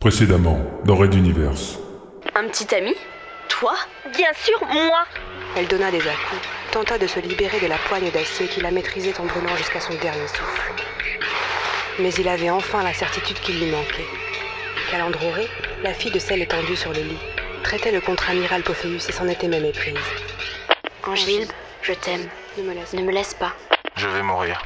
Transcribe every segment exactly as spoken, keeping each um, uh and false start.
Précédemment, dans Red Universe. Un petit ami ? Toi ? Bien sûr, moi ! Elle donna des à-coups, tenta de se libérer de la poigne d'acier qui la maîtrisait en brûlant jusqu'à son dernier souffle. Mais il avait enfin la certitude qu'il lui manquait. Calandroré, la fille de celle étendue sur le lit, traitait le contre-amiral Pophéus et s'en était même éprise. Angile, je t'aime. Ne me laisse Ne me laisse pas. Je vais mourir.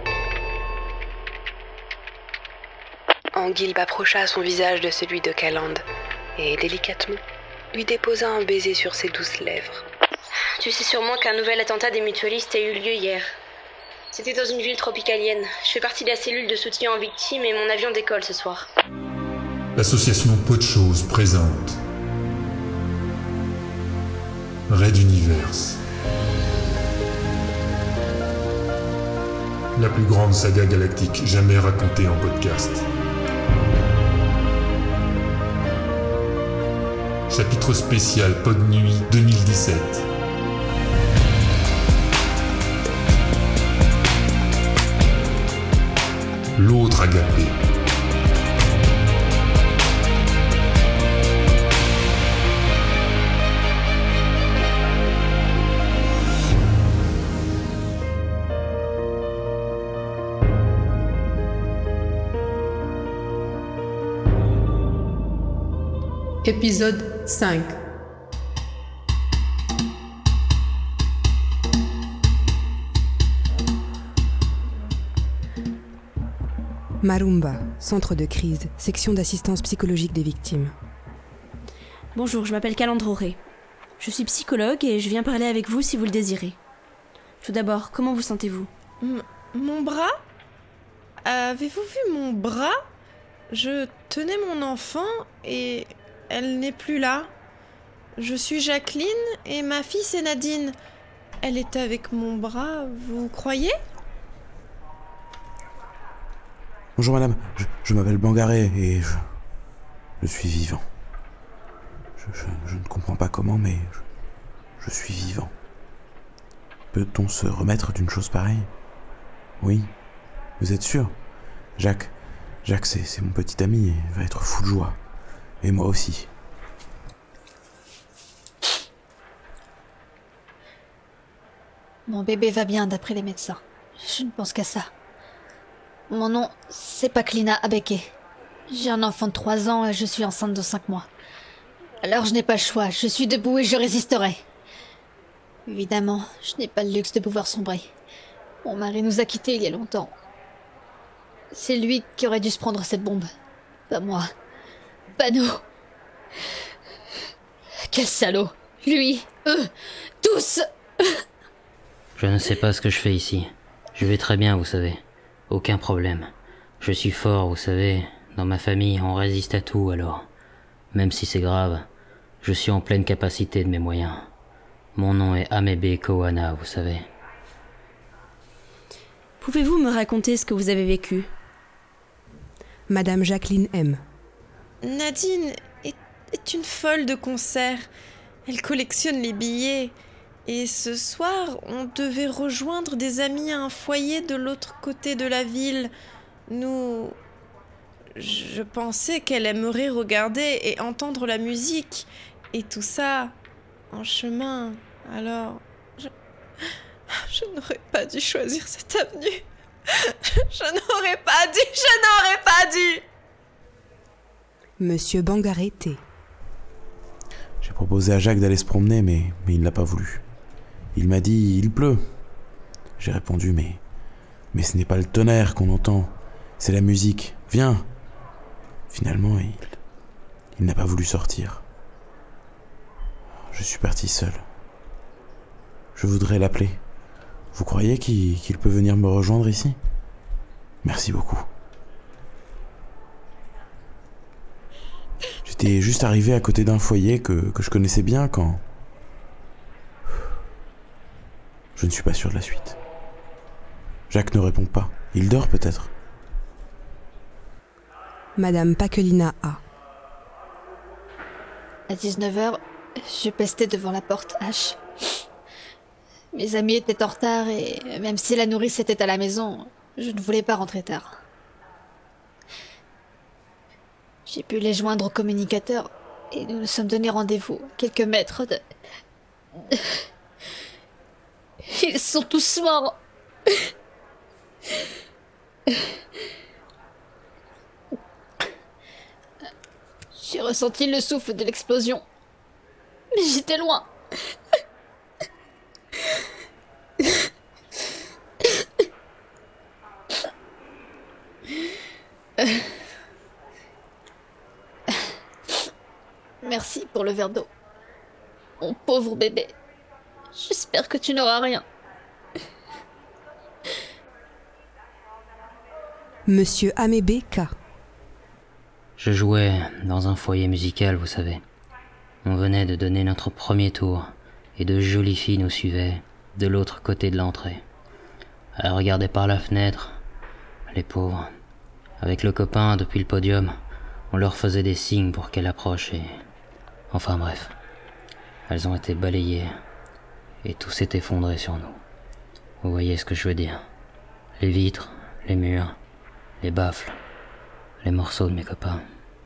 Anguilbe approcha son visage de celui de Calande et, délicatement, lui déposa un baiser sur ses douces lèvres. Tu sais sûrement qu'un nouvel attentat des mutualistes a eu lieu hier. C'était dans une ville tropicalienne. Je fais partie de la cellule de soutien aux victimes et mon avion décolle ce soir. L'association Peu de choses présente Red Universe. La plus grande saga galactique jamais racontée en podcast. Chapitre spécial Pod Nuit deux mille dix-sept. L'autre agapé. Épisode cinq. Marumba, centre de crise, section d'assistance psychologique des victimes. Bonjour, je m'appelle Calandroré. Je suis psychologue et je viens parler avec vous si vous le désirez. Tout d'abord, comment vous sentez-vous ? M- Mon bras ? Avez-vous vu mon bras ? Je tenais mon enfant et elle n'est plus là. Je suis Jacqueline et ma fille c'est Nadine. Elle est avec mon bras, vous croyez ? Bonjour madame, je, je m'appelle Bangaré et je, je suis vivant. Je, je, je ne comprends pas comment, mais je, je suis vivant. Peut-on se remettre d'une chose pareille ? Oui, vous êtes sûr ? Jacques, Jacques c'est, c'est mon petit ami et va être fou de joie. Et moi aussi. Mon bébé va bien d'après les médecins. Je ne pense qu'à ça. Mon nom, c'est Paklina Abeke. J'ai un enfant de trois ans et je suis enceinte de cinq mois. Alors je n'ai pas le choix, je suis debout et je résisterai. Évidemment, je n'ai pas le luxe de pouvoir sombrer. Mon mari nous a quittés il y a longtemps. C'est lui qui aurait dû se prendre cette bombe. Pas moi. Pas nous. Quel salaud. Lui, eux, tous. Je ne sais pas ce que je fais ici. Je vais très bien, vous savez. Aucun problème. Je suis fort, vous savez. Dans ma famille, on résiste à tout, alors. Même si c'est grave, je suis en pleine capacité de mes moyens. Mon nom est Amebe Kowana, vous savez. Pouvez-vous me raconter ce que vous avez vécu ? Madame Jacqueline M. Nadine est, est une folle de concert. Elle collectionne les billets. Et ce soir, on devait rejoindre des amis à un foyer de l'autre côté de la ville. Nous... Je pensais qu'elle aimerait regarder et entendre la musique. Et tout ça, en chemin. Alors, je... Je n'aurais pas dû choisir cette avenue. Je n'aurais pas dû, je n'aurais pas dû. Monsieur Bangaré T. J'ai proposé à Jacques d'aller se promener, mais, mais il ne l'a pas voulu. Il m'a dit « il pleut ». J'ai répondu « mais mais ce n'est pas le tonnerre qu'on entend, c'est la musique, viens ». Finalement, il, il n'a pas voulu sortir. Je suis parti seul. Je voudrais l'appeler. Vous croyez qu'il, qu'il peut venir me rejoindre ici ? Merci beaucoup. J'étais juste arrivé à côté d'un foyer que, que je connaissais bien quand... Je ne suis pas sûr de la suite. Jacques ne répond pas. Il dort peut-être. Madame Pakelina A. À dix-neuf heures, je pestais devant la porte H. Mes amis étaient en retard et même si la nourrice était à la maison, je ne voulais pas rentrer tard. J'ai pu les joindre au communicateur et nous nous sommes donné rendez-vous à quelques mètres de... Ils sont tous morts. J'ai ressenti le souffle de l'explosion, mais j'étais loin. Merci pour le verre d'eau. Mon pauvre bébé. J'espère que tu n'auras rien. Monsieur Amébé K. Je jouais dans un foyer musical, vous savez. On venait de donner notre premier tour, et de jolies filles nous suivaient, de l'autre côté de l'entrée. Elles regardaient par la fenêtre, les pauvres. Avec le copain, depuis le podium, on leur faisait des signes pour qu'elles approchent et... Enfin bref, elles ont été balayées, et tout s'est effondré sur nous. Vous voyez ce que je veux dire. Les vitres, les murs, les baffles, les morceaux de mes copains.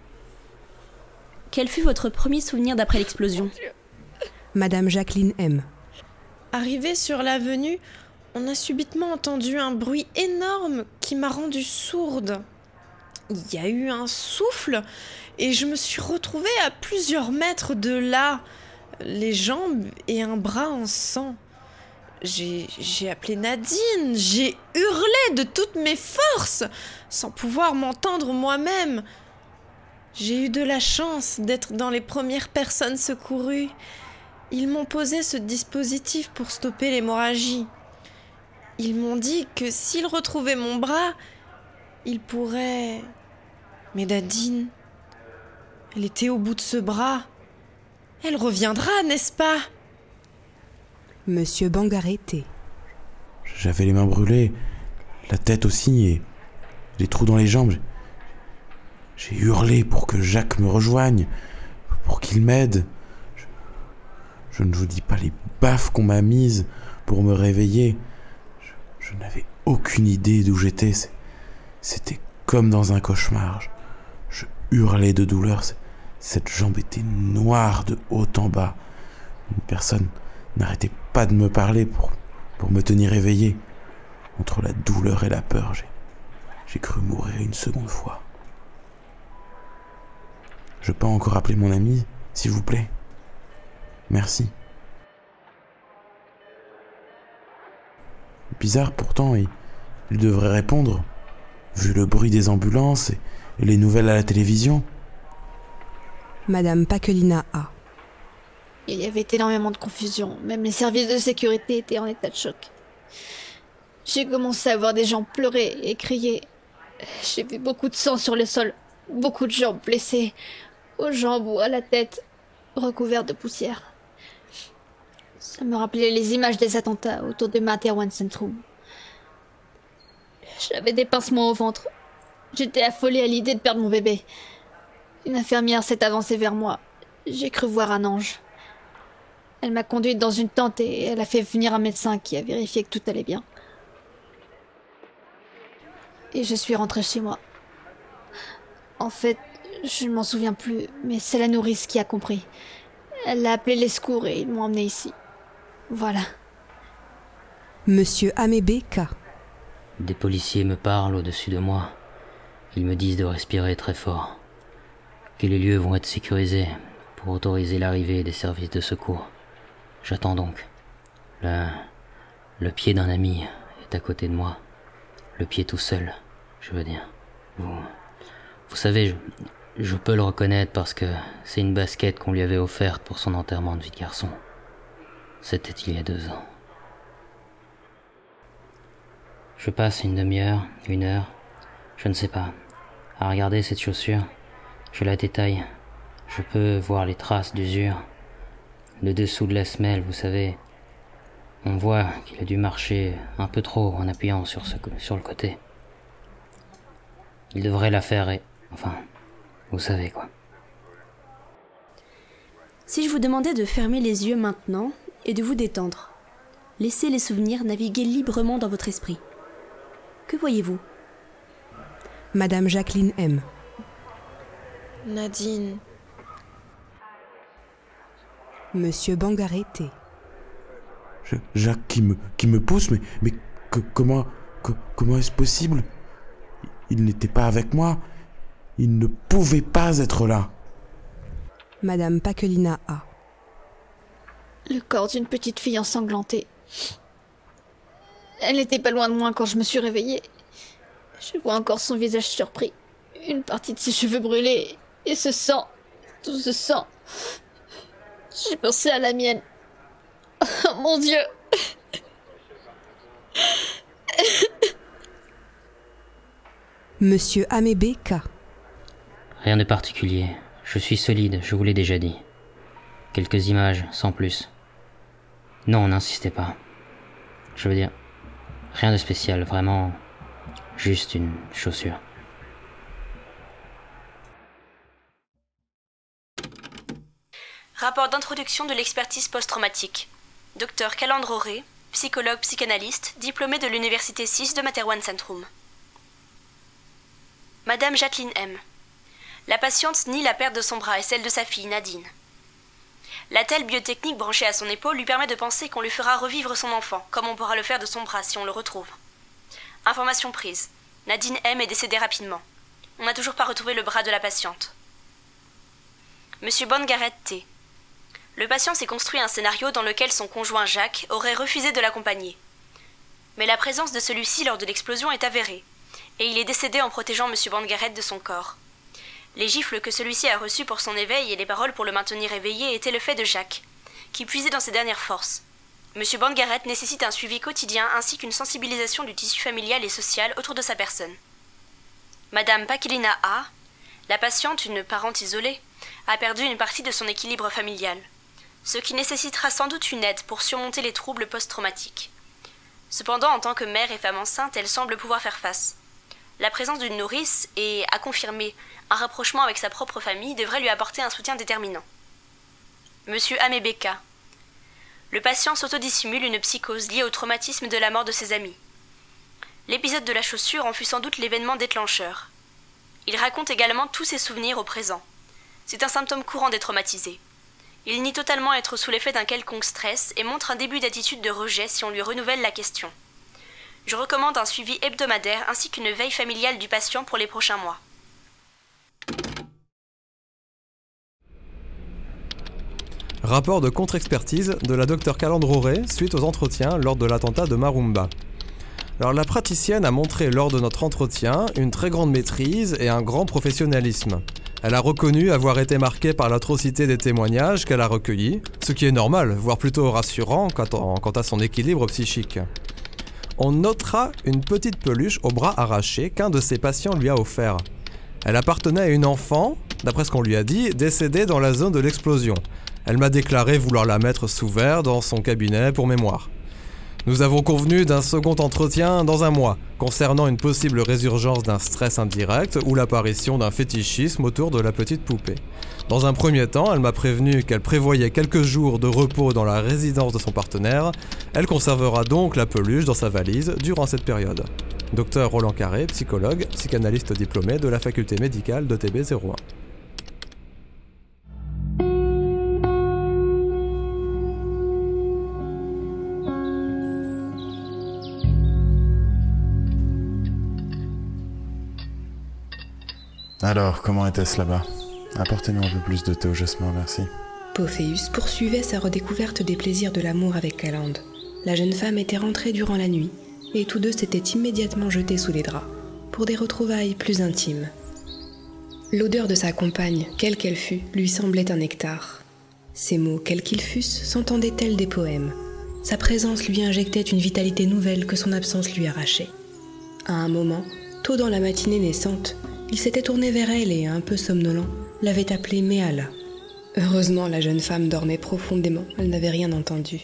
Quel fut votre premier souvenir d'après l'explosion ? Madame Jacqueline M. Arrivé sur l'avenue, on a subitement entendu un bruit énorme qui m'a rendue sourde. Il y a eu un souffle et je me suis retrouvée à plusieurs mètres de là, les jambes et un bras en sang. J'ai, j'ai appelé Nadine, j'ai hurlé de toutes mes forces, sans pouvoir m'entendre moi-même. J'ai eu de la chance d'être dans les premières personnes secourues. Ils m'ont posé ce dispositif pour stopper l'hémorragie. Ils m'ont dit que s'ils retrouvaient mon bras, ils pourraient... Mais Nadine, elle était au bout de ce bras. Elle reviendra, n'est-ce pas ? Monsieur Bangaré T. J'avais les mains brûlées, la tête aussi, et les trous dans les jambes. J'ai hurlé pour que Jacques me rejoigne, pour qu'il m'aide. Je, je ne vous dis pas les baffes qu'on m'a mises pour me réveiller. Je, je n'avais aucune idée d'où j'étais. C'était comme dans un cauchemar. Je, je hurlais de douleur. Cette jambe était noire de haut en bas. Une personne n'arrêtait pas de me parler pour, pour me tenir éveillé. Entre la douleur et la peur, j'ai, j'ai cru mourir une seconde fois. Je peux encore appeler mon ami, s'il vous plaît ? Merci. Bizarre pourtant, il, il devrait répondre, vu le bruit des ambulances et, et les nouvelles à la télévision. Madame Paquelina A. Il y avait énormément de confusion, même les services de sécurité étaient en état de choc. J'ai commencé à voir des gens pleurer et crier. J'ai vu beaucoup de sang sur le sol, beaucoup de gens blessés, aux jambes ou à la tête, recouverts de poussière. Ça me rappelait les images des attentats autour de Mater One Centrum. J'avais des pincements au ventre. J'étais affolée à l'idée de perdre mon bébé. Une infirmière s'est avancée vers moi. J'ai cru voir un ange. Elle m'a conduite dans une tente et elle a fait venir un médecin qui a vérifié que tout allait bien. Et je suis rentrée chez moi. En fait, je ne m'en souviens plus, mais c'est la nourrice qui a compris. Elle a appelé les secours et ils m'ont emmenée ici. Voilà. Monsieur Amébé K. Des policiers me parlent au-dessus de moi. Ils me disent de respirer très fort. Que les lieux vont être sécurisés pour autoriser l'arrivée des services de secours. J'attends donc. Le, le pied d'un ami est à côté de moi. Le pied tout seul, je veux dire. Vous, vous savez, je, je peux le reconnaître parce que c'est une basket qu'on lui avait offerte pour son enterrement de vie de garçon. C'était il y a deux ans. Je passe une demi-heure, une heure, je ne sais pas, à regarder cette chaussure. Je la détaille. Je peux voir les traces d'usure. Le dessous de la semelle, vous savez. On voit qu'il a dû marcher un peu trop en appuyant sur, ce, sur le côté. Il devrait la faire et... Enfin, vous savez quoi. Si je vous demandais de fermer les yeux maintenant et de vous détendre, laissez les souvenirs naviguer librement dans votre esprit. Que voyez-vous ? Madame Jacqueline M. Nadine. Monsieur Bangareté. Je- Jacques qui me, qui me pousse, mais, mais que- comment, que- comment est-ce possible? Il n'était pas avec moi. Il ne pouvait pas être là. Madame Paquelina A. Le corps d'une petite fille ensanglantée. Elle n'était pas loin de moi quand je me suis réveillée. Je vois encore son visage surpris, une partie de ses cheveux brûlés, et ce sang, tout ce sang. J'ai pensé à la mienne. Oh mon Dieu! Monsieur Amébé K. Rien de particulier. Je suis solide, je vous l'ai déjà dit. Quelques images, sans plus. Non, n'insistez pas. Je veux dire, rien de spécial, vraiment. Juste une chaussure. Rapport d'introduction de l'expertise post-traumatique. Docteur Calandre Auré, psychologue psychanalyste, diplômé de l'Université six de Materwan Centrum. Madame Jacqueline M. La patiente nie la perte de son bras et celle de sa fille Nadine. La telle biotechnique branchée à son épaule lui permet de penser qu'on lui fera revivre son enfant, comme on pourra le faire de son bras si on le retrouve. Information prise. Nadine M est décédée rapidement. On n'a toujours pas retrouvé le bras de la patiente. Monsieur Bangaret T. Le patient s'est construit un scénario dans lequel son conjoint Jacques aurait refusé de l'accompagner. Mais la présence de celui-ci lors de l'explosion est avérée, et il est décédé en protégeant monsieur Bangaret de son corps. Les gifles que celui-ci a reçues pour son éveil et les paroles pour le maintenir éveillé étaient le fait de Jacques, qui puisait dans ses dernières forces. monsieur Bangaret nécessite un suivi quotidien ainsi qu'une sensibilisation du tissu familial et social autour de sa personne. Madame Paquelina A, la patiente, une parente isolée, a perdu une partie de son équilibre familial, ce qui nécessitera sans doute une aide pour surmonter les troubles post-traumatiques. Cependant, en tant que mère et femme enceinte, elle semble pouvoir faire face. La présence d'une nourrice et, à confirmer, un rapprochement avec sa propre famille devrait lui apporter un soutien déterminant. Monsieur Amébeka. Le patient s'autodissimule une psychose liée au traumatisme de la mort de ses amis. L'épisode de la chaussure en fut sans doute l'événement déclencheur. Il raconte également tous ses souvenirs au présent. C'est un symptôme courant des traumatisés. Il nie totalement être sous l'effet d'un quelconque stress et montre un début d'attitude de rejet si on lui renouvelle la question. Je recommande un suivi hebdomadaire ainsi qu'une veille familiale du patient pour les prochains mois. Rapport de contre-expertise de la docteure Calandre Auré suite aux entretiens lors de l'attentat de Marumba. Alors la praticienne a montré lors de notre entretien une très grande maîtrise et un grand professionnalisme. Elle a reconnu avoir été marquée par l'atrocité des témoignages qu'elle a recueillis, ce qui est normal, voire plutôt rassurant quant, quant à son équilibre psychique. On notera une petite peluche au bras arraché qu'un de ses patients lui a offert. Elle appartenait à une enfant, d'après ce qu'on lui a dit, décédée dans la zone de l'explosion. Elle m'a déclaré vouloir la mettre sous verre dans son cabinet pour mémoire. Nous avons convenu d'un second entretien dans un mois, concernant une possible résurgence d'un stress indirect ou l'apparition d'un fétichisme autour de la petite poupée. Dans un premier temps, elle m'a prévenu qu'elle prévoyait quelques jours de repos dans la résidence de son partenaire. Elle conservera donc la peluche dans sa valise durant cette période. Docteur Roland Carré, psychologue, psychanalyste diplômé de la faculté médicale de T B zéro un. Alors, comment était-ce là-bas? Apportez-nous un peu plus de thé au jasmin, merci. Pophéus poursuivait sa redécouverte des plaisirs de l'amour avec Calande. La jeune femme était rentrée durant la nuit, et tous deux s'étaient immédiatement jetés sous les draps, pour des retrouvailles plus intimes. L'odeur de sa compagne, quelle qu'elle fût, lui semblait un nectar. Ses mots, quels qu'ils fussent, s'entendaient tels des poèmes. Sa présence lui injectait une vitalité nouvelle que son absence lui arrachait. À un moment, tôt dans la matinée naissante, il s'était tourné vers elle et, un peu somnolent, l'avait appelée Méala. Heureusement, la jeune femme dormait profondément, elle n'avait rien entendu.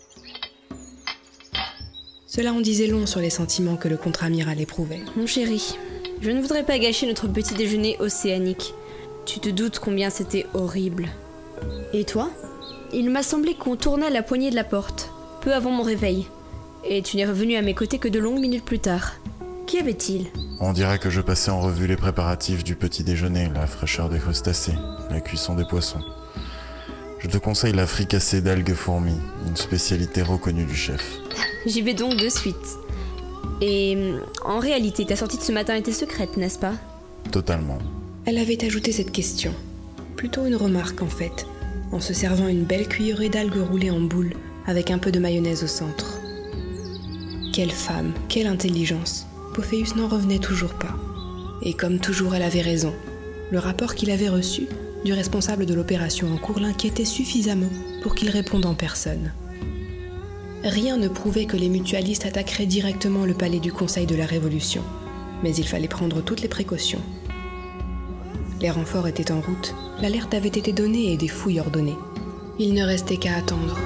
Cela en disait long sur les sentiments que le contre-amiral éprouvait. Mon chéri, je ne voudrais pas gâcher notre petit déjeuner océanique. Tu te doutes combien c'était horrible. Et toi? Il m'a semblé qu'on tournait à la poignée de la porte, peu avant mon réveil. Et tu n'es revenu à mes côtés que de longues minutes plus tard. Qui Qu'y avait-il ? On dirait que je passais en revue les préparatifs du petit déjeuner, la fraîcheur des crustacés, la cuisson des poissons. Je te conseille la fricassée d'algues fourmis, une spécialité reconnue du chef. J'y vais donc de suite. Et en réalité, ta sortie de ce matin était secrète, n'est-ce pas ? Totalement. Elle avait ajouté cette question. Plutôt une remarque en fait, en se servant une belle cuillerée d'algues roulées en boule, avec un peu de mayonnaise au centre. Quelle femme, quelle intelligence. Pophéus n'en revenait toujours pas. Et comme toujours, elle avait raison. Le rapport qu'il avait reçu du responsable de l'opération en cours l'inquiétait suffisamment pour qu'il réponde en personne. Rien ne prouvait que les mutualistes attaqueraient directement le palais du Conseil de la Révolution, mais il fallait prendre toutes les précautions. Les renforts étaient en route, l'alerte avait été donnée et des fouilles ordonnées. Il ne restait qu'à attendre.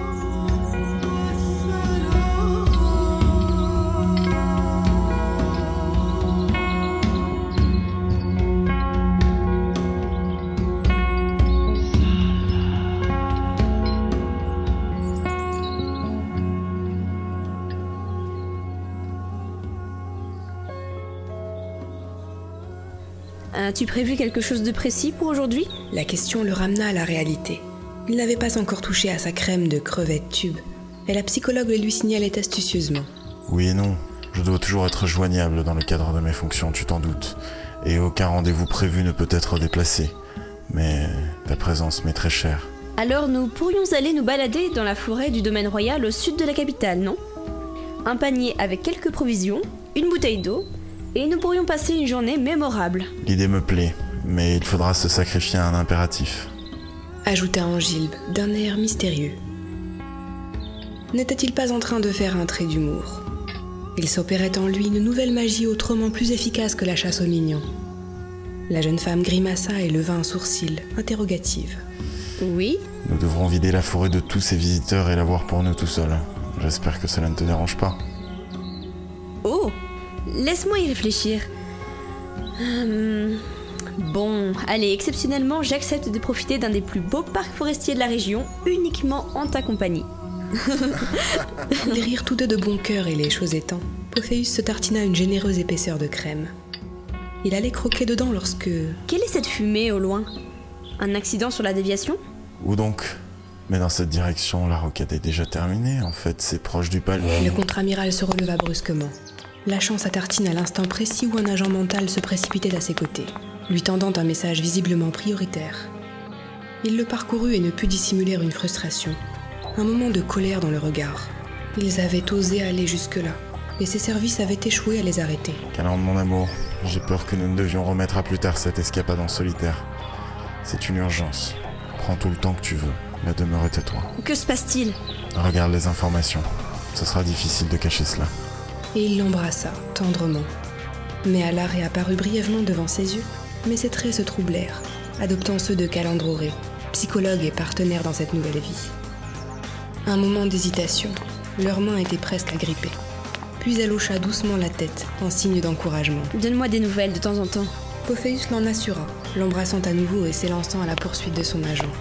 As-tu prévu quelque chose de précis pour aujourd'hui ? La question le ramena à la réalité. Il n'avait pas encore touché à sa crème de crevettes tube, et la psychologue le lui signalait astucieusement. Oui et non, je dois toujours être joignable dans le cadre de mes fonctions, tu t'en doutes, et aucun rendez-vous prévu ne peut être déplacé. Mais ta présence m'est très chère. Alors nous pourrions aller nous balader dans la forêt du domaine royal au sud de la capitale, non ? Un panier avec quelques provisions, une bouteille d'eau, et nous pourrions passer une journée mémorable. L'idée me plaît, mais il faudra se sacrifier à un impératif. Ajouta Angilbe, d'un air mystérieux. N'était-il pas en train de faire un trait d'humour ? Il s'opérait en lui une nouvelle magie autrement plus efficace que la chasse aux mignons. La jeune femme grimaça et leva un sourcil, interrogative. Oui ? Nous devrons vider la forêt de tous ces visiteurs et la voir pour nous tout seuls. J'espère que cela ne te dérange pas. Oh ! Laisse-moi y réfléchir. Hum, bon, allez, exceptionnellement, j'accepte de profiter d'un des plus beaux parcs forestiers de la région, uniquement en ta compagnie. Ils rirent tous deux de bon cœur et les choses étant, Pophéus se tartina une généreuse épaisseur de crème. Il allait croquer dedans lorsque... Quelle est cette fumée au loin ? Un accident sur la déviation ? Où donc ? Mais dans cette direction, la rocade est déjà terminée. En fait, c'est proche du palais. Le contre-amiral se releva brusquement, lâchant sa tartine à l'instant précis où un agent mental se précipitait à ses côtés, lui tendant un message visiblement prioritaire. Il le parcourut et ne put dissimuler une frustration, un moment de colère dans le regard. Ils avaient osé aller jusque-là, et ses services avaient échoué à les arrêter. Calandre, mon amour, j'ai peur que nous ne devions remettre à plus tard cette escapade en solitaire. C'est une urgence. Prends tout le temps que tu veux. La demeure est à toi. Que se passe-t-il ? Regarde les informations. Ce sera difficile de cacher cela. Et il l'embrassa, tendrement. Mais Alar réapparut brièvement devant ses yeux, mais ses traits se troublèrent, adoptant ceux de Calandre, psychologue et partenaire dans cette nouvelle vie. Un moment d'hésitation, leurs mains étaient presque agrippées. Puis elle hocha doucement la tête, en signe d'encouragement. Donne-moi des nouvelles de temps en temps. Pophéus l'en assura, l'embrassant à nouveau et s'élançant à la poursuite de son agent.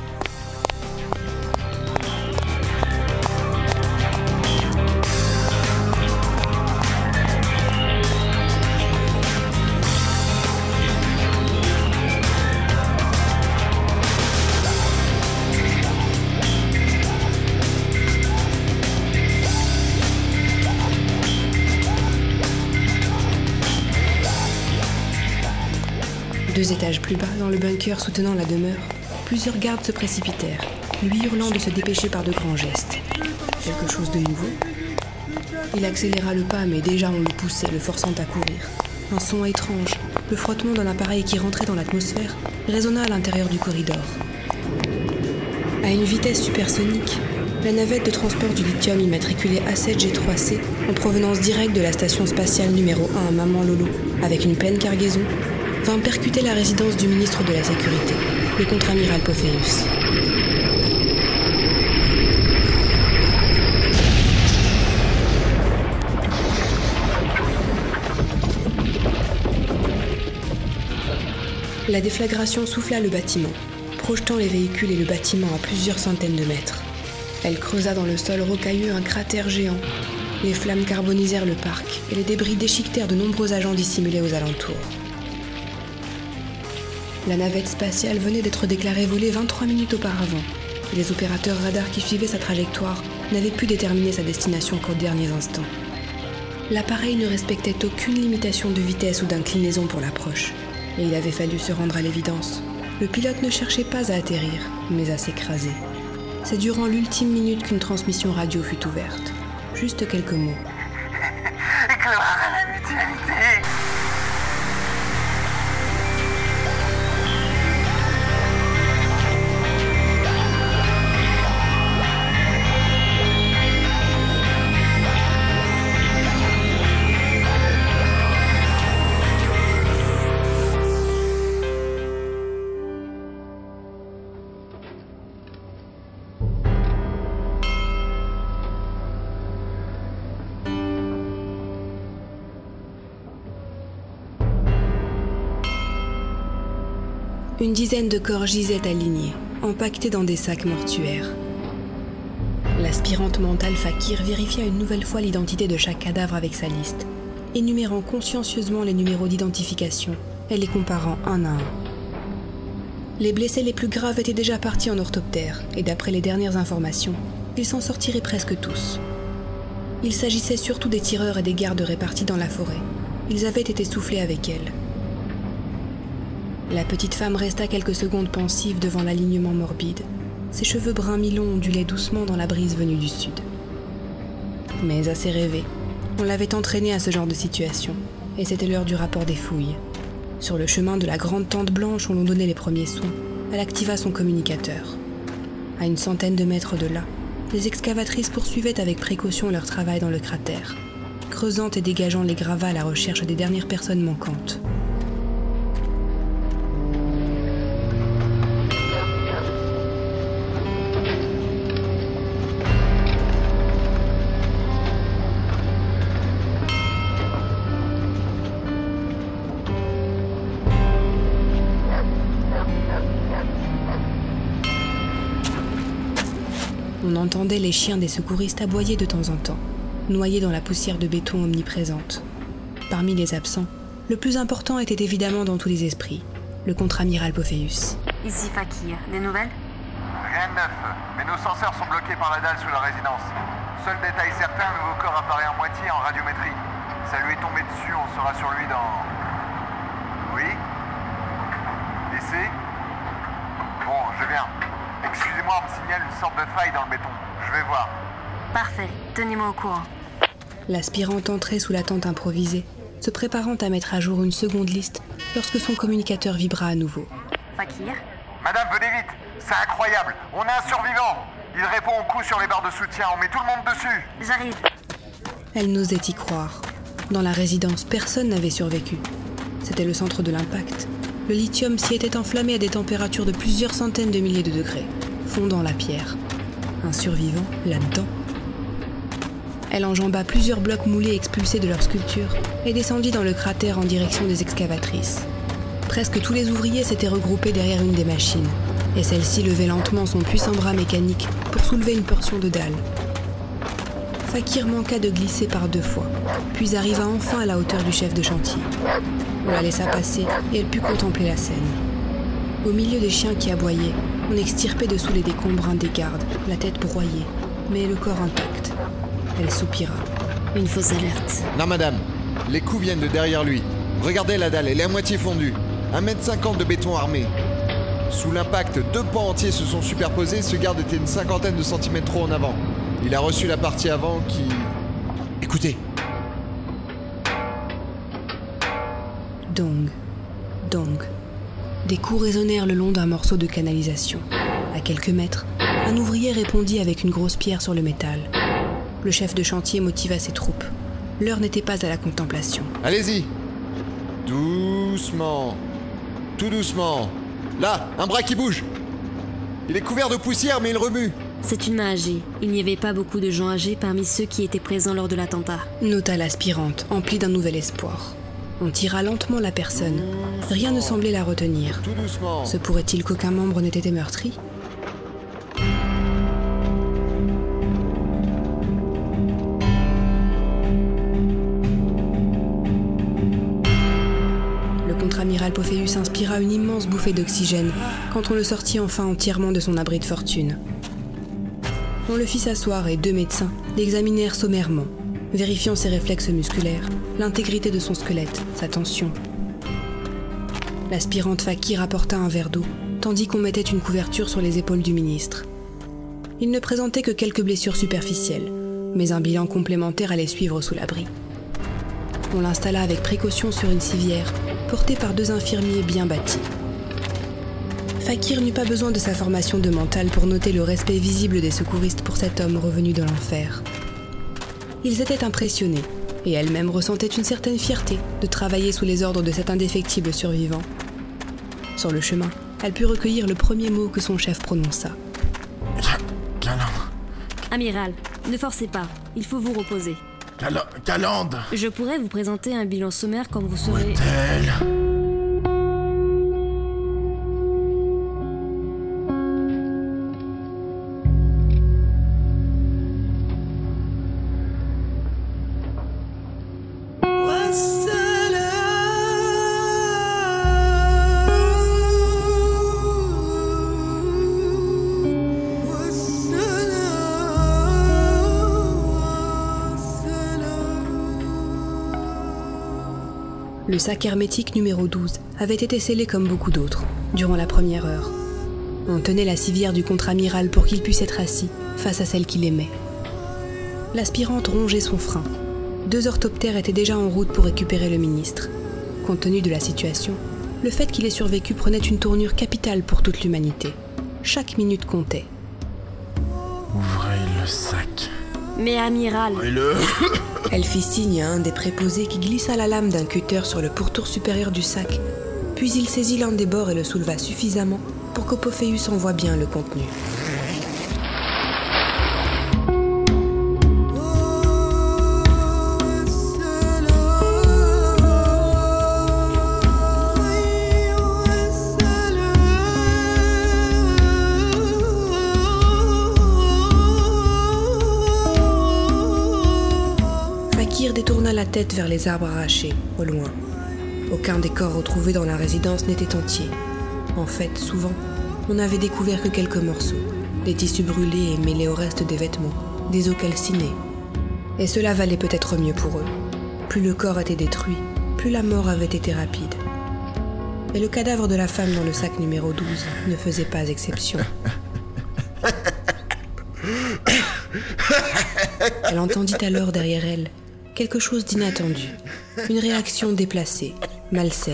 Deux étages plus bas, dans le bunker soutenant la demeure, plusieurs gardes se précipitèrent, lui hurlant de se dépêcher par de grands gestes. Quelque chose de nouveau ? Il accéléra le pas, mais déjà on le poussait, le forçant à courir. Un son étrange, le frottement d'un appareil qui rentrait dans l'atmosphère, résonna à l'intérieur du corridor. À une vitesse supersonique, la navette de transport du lithium immatriculée A sept G trois C, en provenance directe de la station spatiale numéro un à Maman Lolo, avec une pleine cargaison, vint percuter la résidence du ministre de la Sécurité, le contre-amiral Pophéus. La déflagration souffla le bâtiment, projetant les véhicules et le bâtiment à plusieurs centaines de mètres. Elle creusa dans le sol rocailleux un cratère géant, Les flammes carbonisèrent le parc et les débris déchiquetèrent de nombreux agents dissimulés aux alentours. La navette spatiale venait d'être déclarée volée vingt-trois minutes auparavant, et les opérateurs radars qui suivaient sa trajectoire n'avaient pu déterminer sa destination qu'aux derniers instants. L'appareil ne respectait aucune limitation de vitesse ou d'inclinaison pour l'approche, et il avait fallu se rendre à l'évidence. Le pilote ne cherchait pas à atterrir, mais à s'écraser. C'est durant l'ultime minute qu'une transmission radio fut ouverte. Juste quelques mots. Gloire à la mutualité. Une dizaine de corps gisaient alignés, empaquetés dans des sacs mortuaires. L'aspirante mentale Fakir vérifia une nouvelle fois l'identité de chaque cadavre avec sa liste, énumérant consciencieusement les numéros d'identification et les comparant un à un. Les blessés les plus graves étaient déjà partis en orthoptère, et d'après les dernières informations, ils s'en sortiraient presque tous. Il s'agissait surtout des tireurs et des gardes répartis dans la forêt. Ils avaient été soufflés avec elle. La petite femme resta quelques secondes pensive devant l'alignement morbide. Ses cheveux bruns mi-longs ondulaient doucement dans la brise venue du sud. Mais assez rêvé, on l'avait entraînée à ce genre de situation, et c'était l'heure du rapport des fouilles. Sur le chemin de la grande tente blanche où l'on donnait les premiers soins, elle activa son communicateur. À une centaine de mètres de là, les excavatrices poursuivaient avec précaution leur travail dans le cratère, creusant et dégageant les gravats à la recherche des dernières personnes manquantes. On entendait les chiens des secouristes aboyer de temps en temps, noyés dans la poussière de béton omniprésente. Parmi les absents, le plus important était évidemment dans tous les esprits, le contre-amiral Pophéus. Ici Fakir, des nouvelles? Rien de neuf, mais nos senseurs sont bloqués par la dalle sous la résidence. Seul détail certain, un nouveau corps apparaît en moitié en radiométrie. Ça lui est tombé dessus, on sera sur lui dans... Oui? Ici? Bon, je viens. Excusez-moi, on me signale une sorte de faille dans le béton. Je vais voir. Parfait, tenez-moi au courant. L'aspirante entrait sous la tente improvisée, se préparant à mettre à jour une seconde liste lorsque son communicateur vibra à nouveau. Fakir? Madame, venez vite. C'est incroyable. On a un survivant. Il répond au coup sur les barres de soutien. On met tout le monde dessus. J'arrive. Elle n'osait y croire. Dans la résidence, personne n'avait survécu. C'était le centre de l'impact. Le lithium s'y était enflammé à des températures de plusieurs centaines de milliers de degrés, fondant la pierre. Un survivant là-dedans. Elle enjamba plusieurs blocs moulés expulsés de leur sculpture et descendit dans le cratère en direction des excavatrices. Presque tous les ouvriers s'étaient regroupés derrière une des machines, et celle-ci levait lentement son puissant bras mécanique pour soulever une portion de dalle. Fakir manqua de glisser par deux fois, puis arriva enfin à la hauteur du chef de chantier. On la laissa passer et elle put contempler la scène. Au milieu des chiens qui aboyaient, on extirpait dessous les décombres un des gardes, la tête broyée, mais le corps intact. Elle soupira. Une fausse alerte. Non madame, les coups viennent de derrière lui. Regardez la dalle, elle est à moitié fondue. un mètre cinquante de béton armé. Sous l'impact, deux pans entiers se sont superposés, ce garde était une cinquantaine de centimètres trop en avant. Il a reçu la partie avant qui... Écoutez. Dong, dong. Des coups résonnèrent le long d'un morceau de canalisation. À quelques mètres, un ouvrier répondit avec une grosse pierre sur le métal. Le chef de chantier motiva ses troupes. L'heure n'était pas à la contemplation. Allez-y. Doucement. Tout doucement. Là, un bras qui bouge. Il est couvert de poussière, mais il remue. C'est une main âgée. Il n'y avait pas beaucoup de gens âgés parmi ceux qui étaient présents lors de l'attentat. Nota l'aspirante, emplie d'un nouvel espoir. On tira lentement la personne. Rien ne semblait la retenir. Tout doucement. Se pourrait-il qu'aucun membre n'ait été meurtri ? Pophéus inspira une immense bouffée d'oxygène quand on le sortit enfin entièrement de son abri de fortune. On le fit s'asseoir et deux médecins l'examinèrent sommairement, vérifiant ses réflexes musculaires, l'intégrité de son squelette, sa tension. L'aspirante Fakir apporta un verre d'eau, tandis qu'on mettait une couverture sur les épaules du ministre. Il ne présentait que quelques blessures superficielles, mais un bilan complémentaire allait suivre sous l'abri. On l'installa avec précaution sur une civière, portée par deux infirmiers bien bâtis. Fakir n'eut pas besoin de sa formation de mental pour noter le respect visible des secouristes pour cet homme revenu de l'enfer. Ils étaient impressionnés, et elle-même ressentait une certaine fierté de travailler sous les ordres de cet indéfectible survivant. Sur le chemin, elle put recueillir le premier mot que son chef prononça. Calandre. Amiral, ne forcez pas, il faut vous reposer. Cal- Calandre. Je pourrais vous présenter un bilan sommaire quand vous serez... Où est-elle ? Le sac hermétique numéro douze avait été scellé comme beaucoup d'autres, durant la première heure. On tenait la civière du contre-amiral pour qu'il puisse être assis, face à celle qu'il aimait. L'aspirante rongeait son frein. Deux orthoptères étaient déjà en route pour récupérer le ministre. Compte tenu de la situation, le fait qu'il ait survécu prenait une tournure capitale pour toute l'humanité. Chaque minute comptait. Ouvrez le sac. Mais amiral... Ouvrez-le. Elle fit signe à un des préposés qui glissa la lame d'un cutter sur le pourtour supérieur du sac, puis il saisit l'un des bords et le souleva suffisamment pour que Pophéus en voie bien le contenu. Détourna la tête vers les arbres arrachés, au loin. Aucun des corps retrouvés dans la résidence n'était entier. En fait, souvent, on n'avait découvert que quelques morceaux, des tissus brûlés et mêlés au reste des vêtements, des os calcinés. Et cela valait peut-être mieux pour eux. Plus le corps était détruit, plus la mort avait été rapide. Et le cadavre de la femme dans le sac numéro douze ne faisait pas exception. Elle entendit alors derrière elle quelque chose d'inattendu, une réaction déplacée, malsaine.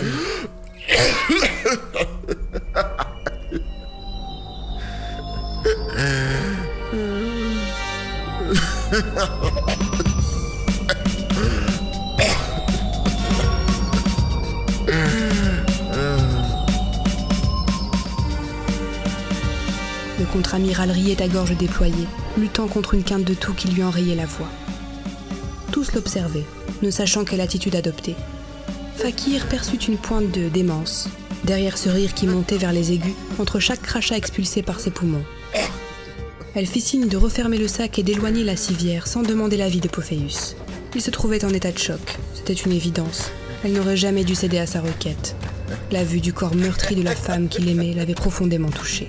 Le contre-amiral riait à gorge déployée, luttant contre une quinte de toux qui lui enrayait la voix. Tous l'observaient, ne sachant quelle attitude adopter. Fakir perçut une pointe de démence, derrière ce rire qui montait vers les aigus, entre chaque crachat expulsé par ses poumons. Elle fit signe de refermer le sac et d'éloigner la civière sans demander l'avis de Pophéus. Il se trouvait en état de choc, c'était une évidence. Elle n'aurait jamais dû céder à sa requête. La vue du corps meurtri de la femme qu'il aimait l'avait profondément touché.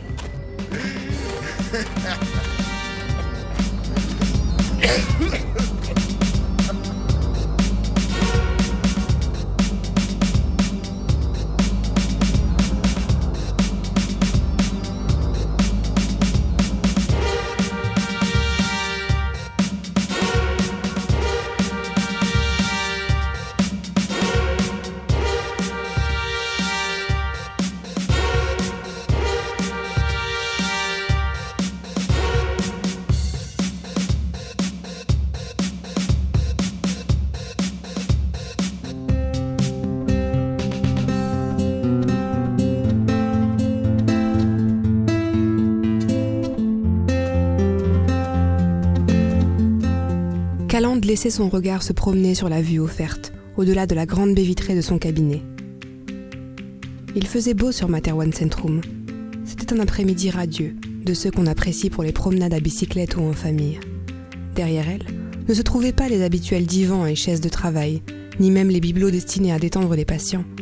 Calandre laissait son regard se promener sur la vue offerte, au-delà de la grande baie vitrée de son cabinet. Il faisait beau sur Materwan Centrum. C'était un après-midi radieux, de ceux qu'on apprécie pour les promenades à bicyclette ou en famille. Derrière elle, ne se trouvaient pas les habituels divans et chaises de travail, ni même les bibelots destinés à détendre les patients,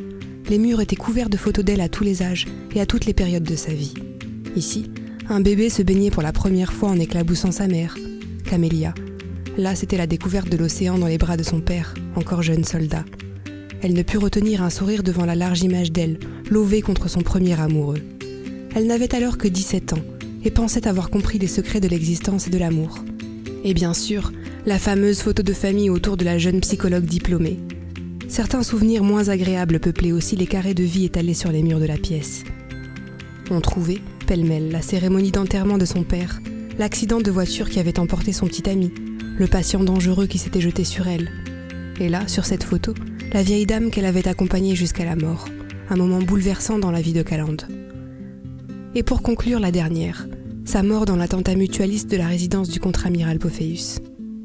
les murs étaient couverts de photos d'elle à tous les âges et à toutes les périodes de sa vie. Ici, un bébé se baignait pour la première fois en éclaboussant sa mère, Camélia. Là, c'était la découverte de l'océan dans les bras de son père, encore jeune soldat. Elle ne put retenir un sourire devant la large image d'elle, levée contre son premier amoureux. Elle n'avait alors que dix-sept ans et pensait avoir compris les secrets de l'existence et de l'amour. Et bien sûr, la fameuse photo de famille autour de la jeune psychologue diplômée. Certains souvenirs moins agréables peuplaient aussi les carrés de vie étalés sur les murs de la pièce. On trouvait, pêle-mêle, la cérémonie d'enterrement de son père, l'accident de voiture qui avait emporté son petit ami, le patient dangereux qui s'était jeté sur elle. Et là, sur cette photo, la vieille dame qu'elle avait accompagnée jusqu'à la mort, un moment bouleversant dans la vie de Calande. Et pour conclure, la dernière, sa mort dans l'attentat mutualiste de la résidence du contre-amiral Pophéus.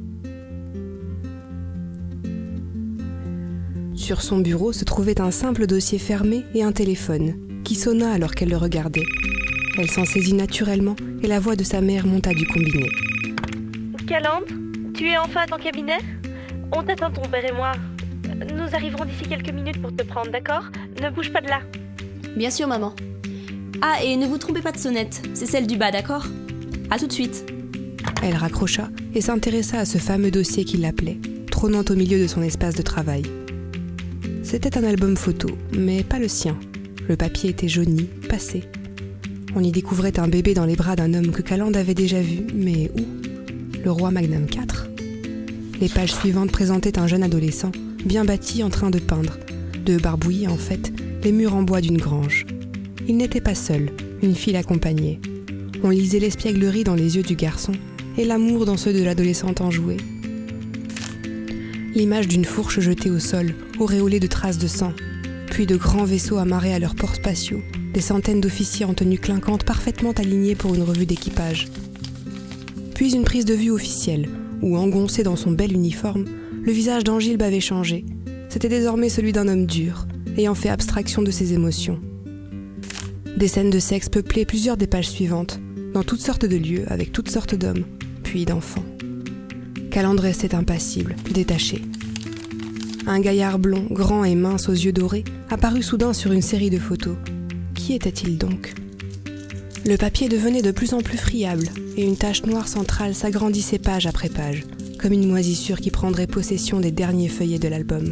Sur son bureau se trouvait un simple dossier fermé et un téléphone, qui sonna alors qu'elle le regardait. Elle s'en saisit naturellement et la voix de sa mère monta du combiné. Calande, tu es enfin à ton cabinet ? On t'attend, ton père et moi. Nous arriverons d'ici quelques minutes pour te prendre, d'accord ? Ne bouge pas de là. Bien sûr, maman. Ah, et ne vous trompez pas de sonnette, c'est celle du bas, d'accord ? À tout de suite. Elle raccrocha et s'intéressa à ce fameux dossier qui l'appelait, trônant au milieu de son espace de travail. C'était un album photo, mais pas le sien. Le papier était jauni, passé. On y découvrait un bébé dans les bras d'un homme que Calande avait déjà vu, mais où ? Le roi Magnum quatre. Les pages suivantes présentaient un jeune adolescent, bien bâti en train de peindre, de barbouiller en fait, les murs en bois d'une grange. Il n'était pas seul, une fille l'accompagnait. On lisait l'espièglerie dans les yeux du garçon et l'amour dans ceux de l'adolescente enjouée. L'image d'une fourche jetée au sol, auréolée de traces de sang, puis de grands vaisseaux amarrés à leurs ports spatiaux, des centaines d'officiers en tenue clinquante parfaitement alignés pour une revue d'équipage. Puis une prise de vue officielle, où, engoncé dans son bel uniforme, le visage d'Angilbe avait changé. C'était désormais celui d'un homme dur, ayant fait abstraction de ses émotions. Des scènes de sexe peuplaient plusieurs des pages suivantes, dans toutes sortes de lieux, avec toutes sortes d'hommes, puis d'enfants. Calande restait impassible, détaché. Un gaillard blond, grand et mince aux yeux dorés, apparut soudain sur une série de photos. Qui était-il donc ? Le papier devenait de plus en plus friable, et une tache noire centrale s'agrandissait page après page, comme une moisissure qui prendrait possession des derniers feuillets de l'album.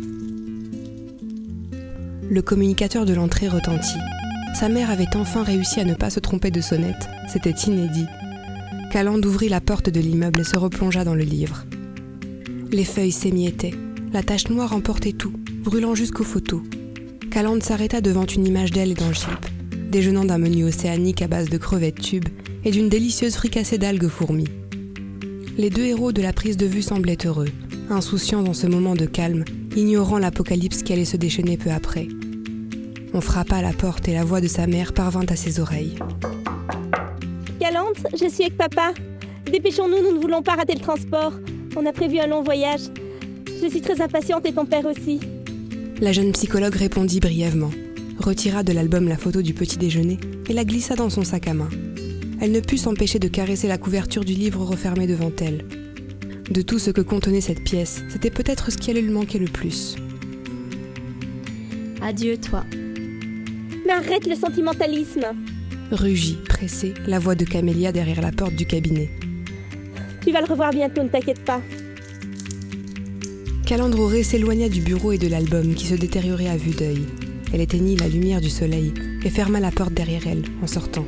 Le communicateur de l'entrée retentit. Sa mère avait enfin réussi à ne pas se tromper de sonnette, c'était inédit. Calande ouvrit la porte de l'immeuble et se replongea dans le livre. Les feuilles s'émiettaient, la tache noire emportait tout, brûlant jusqu'aux photos. Calande s'arrêta devant une image d'elle et d'Angilbe, déjeunant d'un menu océanique à base de crevettes tubes et d'une délicieuse fricassée d'algues fourmis. Les deux héros de la prise de vue semblaient heureux, insouciants dans ce moment de calme, ignorant l'apocalypse qui allait se déchaîner peu après. On frappa à la porte et la voix de sa mère parvint à ses oreilles. Calande, je suis avec papa. Dépêchons-nous, nous ne voulons pas rater le transport. On a prévu un long voyage. Je suis très impatiente et ton père aussi. La jeune psychologue répondit brièvement, retira de l'album la photo du petit déjeuner et la glissa dans son sac à main. Elle ne put s'empêcher de caresser la couverture du livre refermé devant elle. De tout ce que contenait cette pièce, c'était peut-être ce qui allait lui manquer le plus. Adieu, toi. Mais arrête le sentimentalisme. Rugit, pressée, la voix de Camélia derrière la porte du cabinet. Tu vas le revoir bientôt, ne t'inquiète pas. Calande s'éloigna du bureau et de l'album qui se détériorait à vue d'œil. Elle éteignit la lumière du soleil et ferma la porte derrière elle en sortant.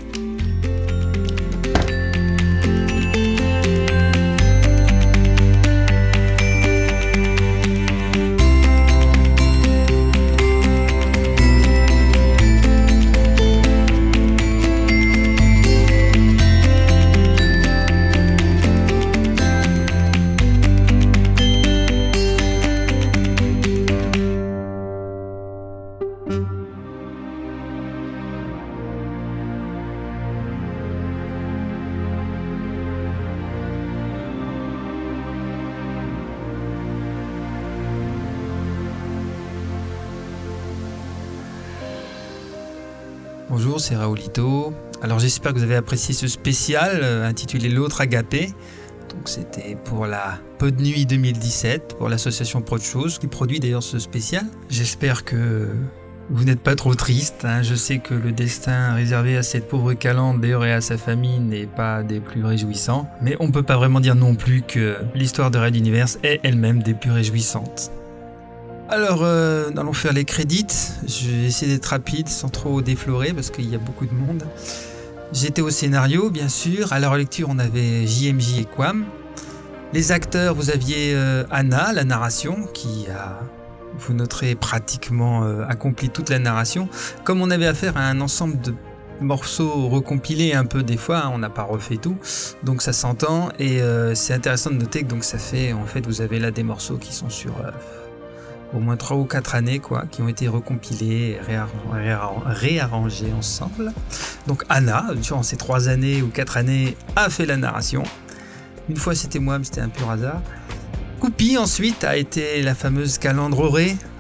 Bonjour, c'est Raoulito. Alors j'espère que vous avez apprécié ce spécial euh, intitulé L'autre agapé. Donc c'était pour la Pod Nuit deux mille dix-sept, pour l'association Pro de Choses, qui produit d'ailleurs ce spécial. J'espère que Vous n'êtes pas trop triste, hein. Je sais que le destin réservé à cette pauvre Calandre et à sa famille n'est pas des plus réjouissants, mais on peut pas vraiment dire non plus que l'histoire de Red Universe est elle-même des plus réjouissantes. Alors, euh, nous allons faire les crédits. Je vais essayer d'être rapide sans trop déflorer parce qu'il y a beaucoup de monde. J'étais au scénario, bien sûr. À la relecture, on avait J M J et Quam. Les acteurs, vous aviez euh, Anna, la narration, qui a... Vous noterez pratiquement euh, accompli toute la narration. Comme on avait affaire à un ensemble de morceaux recompilés un peu des fois, hein, on n'a pas refait tout, donc ça s'entend et euh, c'est intéressant de noter que donc ça fait, en fait, vous avez là des morceaux qui sont sur euh, au moins trois ou quatre années, quoi, qui ont été recompilés, réarrangés, réarrangés, réarrangés ensemble. Donc Anna, durant ces trois années ou quatre années, a fait la narration. Une fois c'était moi, mais c'était un pur hasard. Coupi ensuite a été la fameuse Calandre.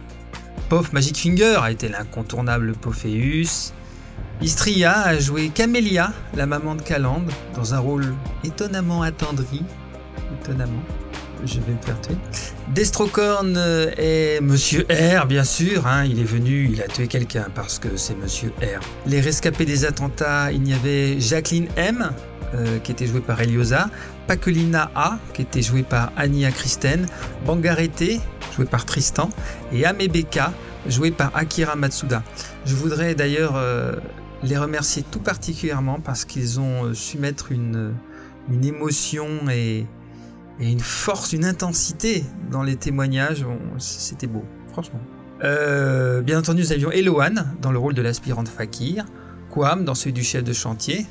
Pof Magic Finger a été l'incontournable Pophéus. Istria a joué Camélia, la maman de Calandre, dans un rôle étonnamment attendri. Étonnamment. Je vais me faire tuer. Destrocorn est Monsieur R, bien sûr. Hein, il est venu, il a tué quelqu'un parce que c'est Monsieur R. Les rescapés des attentats, il y avait Jacqueline M, euh, qui était jouée par Eliosa. Paquelina A, qui était jouée par Anya Kristen. Bangarete, jouée par Tristan. Et Amebeka, jouée par Akira Matsuda. Je voudrais d'ailleurs euh, les remercier tout particulièrement parce qu'ils ont su mettre une, une émotion et... et une force, une intensité dans les témoignages. Bon, c'était beau, franchement. Euh, bien entendu, nous avions Eloane dans le rôle de l'aspirante Fakir, Quam dans celui du chef de chantier,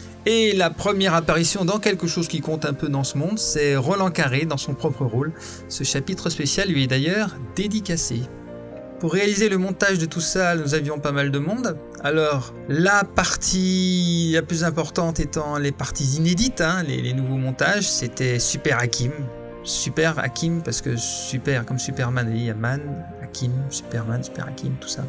et la première apparition dans quelque chose qui compte un peu dans ce monde, c'est Roland Carré dans son propre rôle. Ce chapitre spécial lui est d'ailleurs dédicacé. Pour réaliser le montage de tout ça, nous avions pas mal de monde. Alors, la partie la plus importante étant les parties inédites, hein, les, les nouveaux montages, c'était Super Hakim. Super Hakim, parce que super, comme Superman, il y a Man, Hakim, Superman, Super Hakim, tout ça.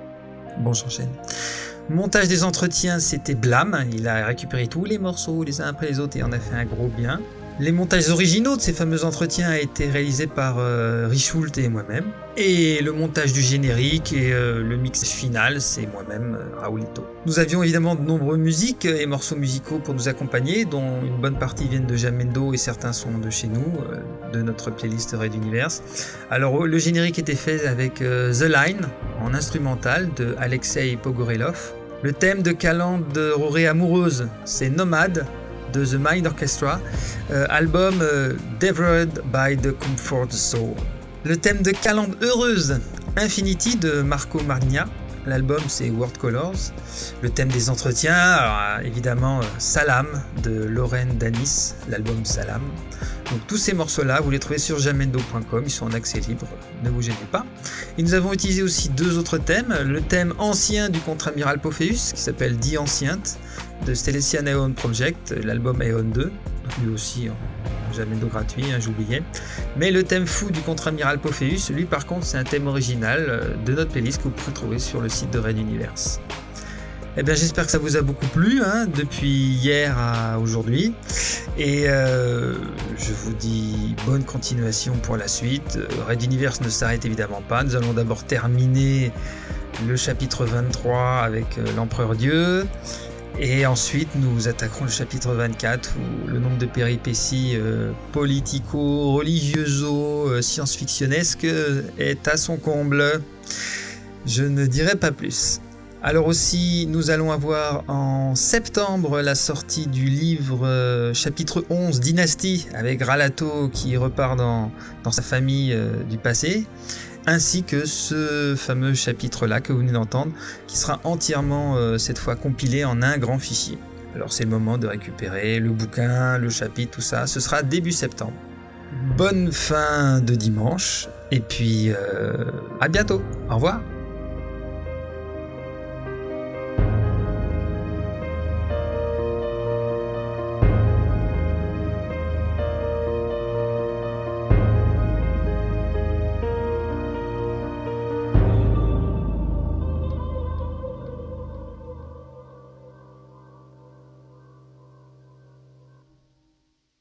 Bon, j'enchaîne. Montage des entretiens, c'était Blam. Il a récupéré tous les morceaux les uns après les autres et en a fait un gros bien. Les montages originaux de ces fameux entretiens a été réalisé par euh, Richult et moi-même. Et le montage du générique et euh, le mix final, c'est moi-même, euh, Raoulito. Nous avions évidemment de nombreuses musiques et morceaux musicaux pour nous accompagner, dont une bonne partie viennent de Jamendo et certains sont de chez nous, euh, de notre playlist Red Universe. Alors le générique était fait avec euh, The Line, en instrumental, de Alexei Pogorelov. Le thème de Calandre de Roré Amoureuse, c'est Nomade, de The Mind Orchestra, euh, album euh, Devoured by the Comfort Soul. Le thème de Calandre Heureuse, Infinity de Marco Margna, l'album c'est World Colors. Le thème des entretiens, alors, évidemment euh, Salam de Lorraine Danis, l'album Salam. Donc tous ces morceaux-là, vous les trouvez sur jamendo point com, ils sont en accès libre, ne vous gênez pas. Et nous avons utilisé aussi deux autres thèmes, le thème ancien du contre-amiral Pophéus, qui s'appelle Die Anciente, de Stellation Aeon Project, l'album Aeon deux, lui aussi en jamendo gratuit, hein, j'oubliais. Mais le thème fou du contre-amiral Pophéus, lui par contre c'est un thème original de notre playlist que vous pouvez trouver sur le site de Red Universe. Eh bien, j'espère que ça vous a beaucoup plu, hein, depuis hier à aujourd'hui. Et euh, je vous dis bonne continuation pour la suite. Red Universe ne s'arrête évidemment pas. Nous allons d'abord terminer le chapitre vingt-trois avec euh, l'Empereur Dieu. Et ensuite, nous attaquerons le chapitre vingt-quatre où le nombre de péripéties euh, politico, religioso, euh, science-fictionnesques est à son comble. Je ne dirai pas plus. Alors aussi, nous allons avoir en septembre la sortie du livre euh, chapitre onze, Dynastie, avec Ralato qui repart dans, dans sa famille euh, du passé, ainsi que ce fameux chapitre-là que vous venez d'entendre, qui sera entièrement euh, cette fois compilé en un grand fichier. Alors c'est le moment de récupérer le bouquin, le chapitre, tout ça, ce sera début septembre. Bonne fin de dimanche, et puis euh, à bientôt, au revoir.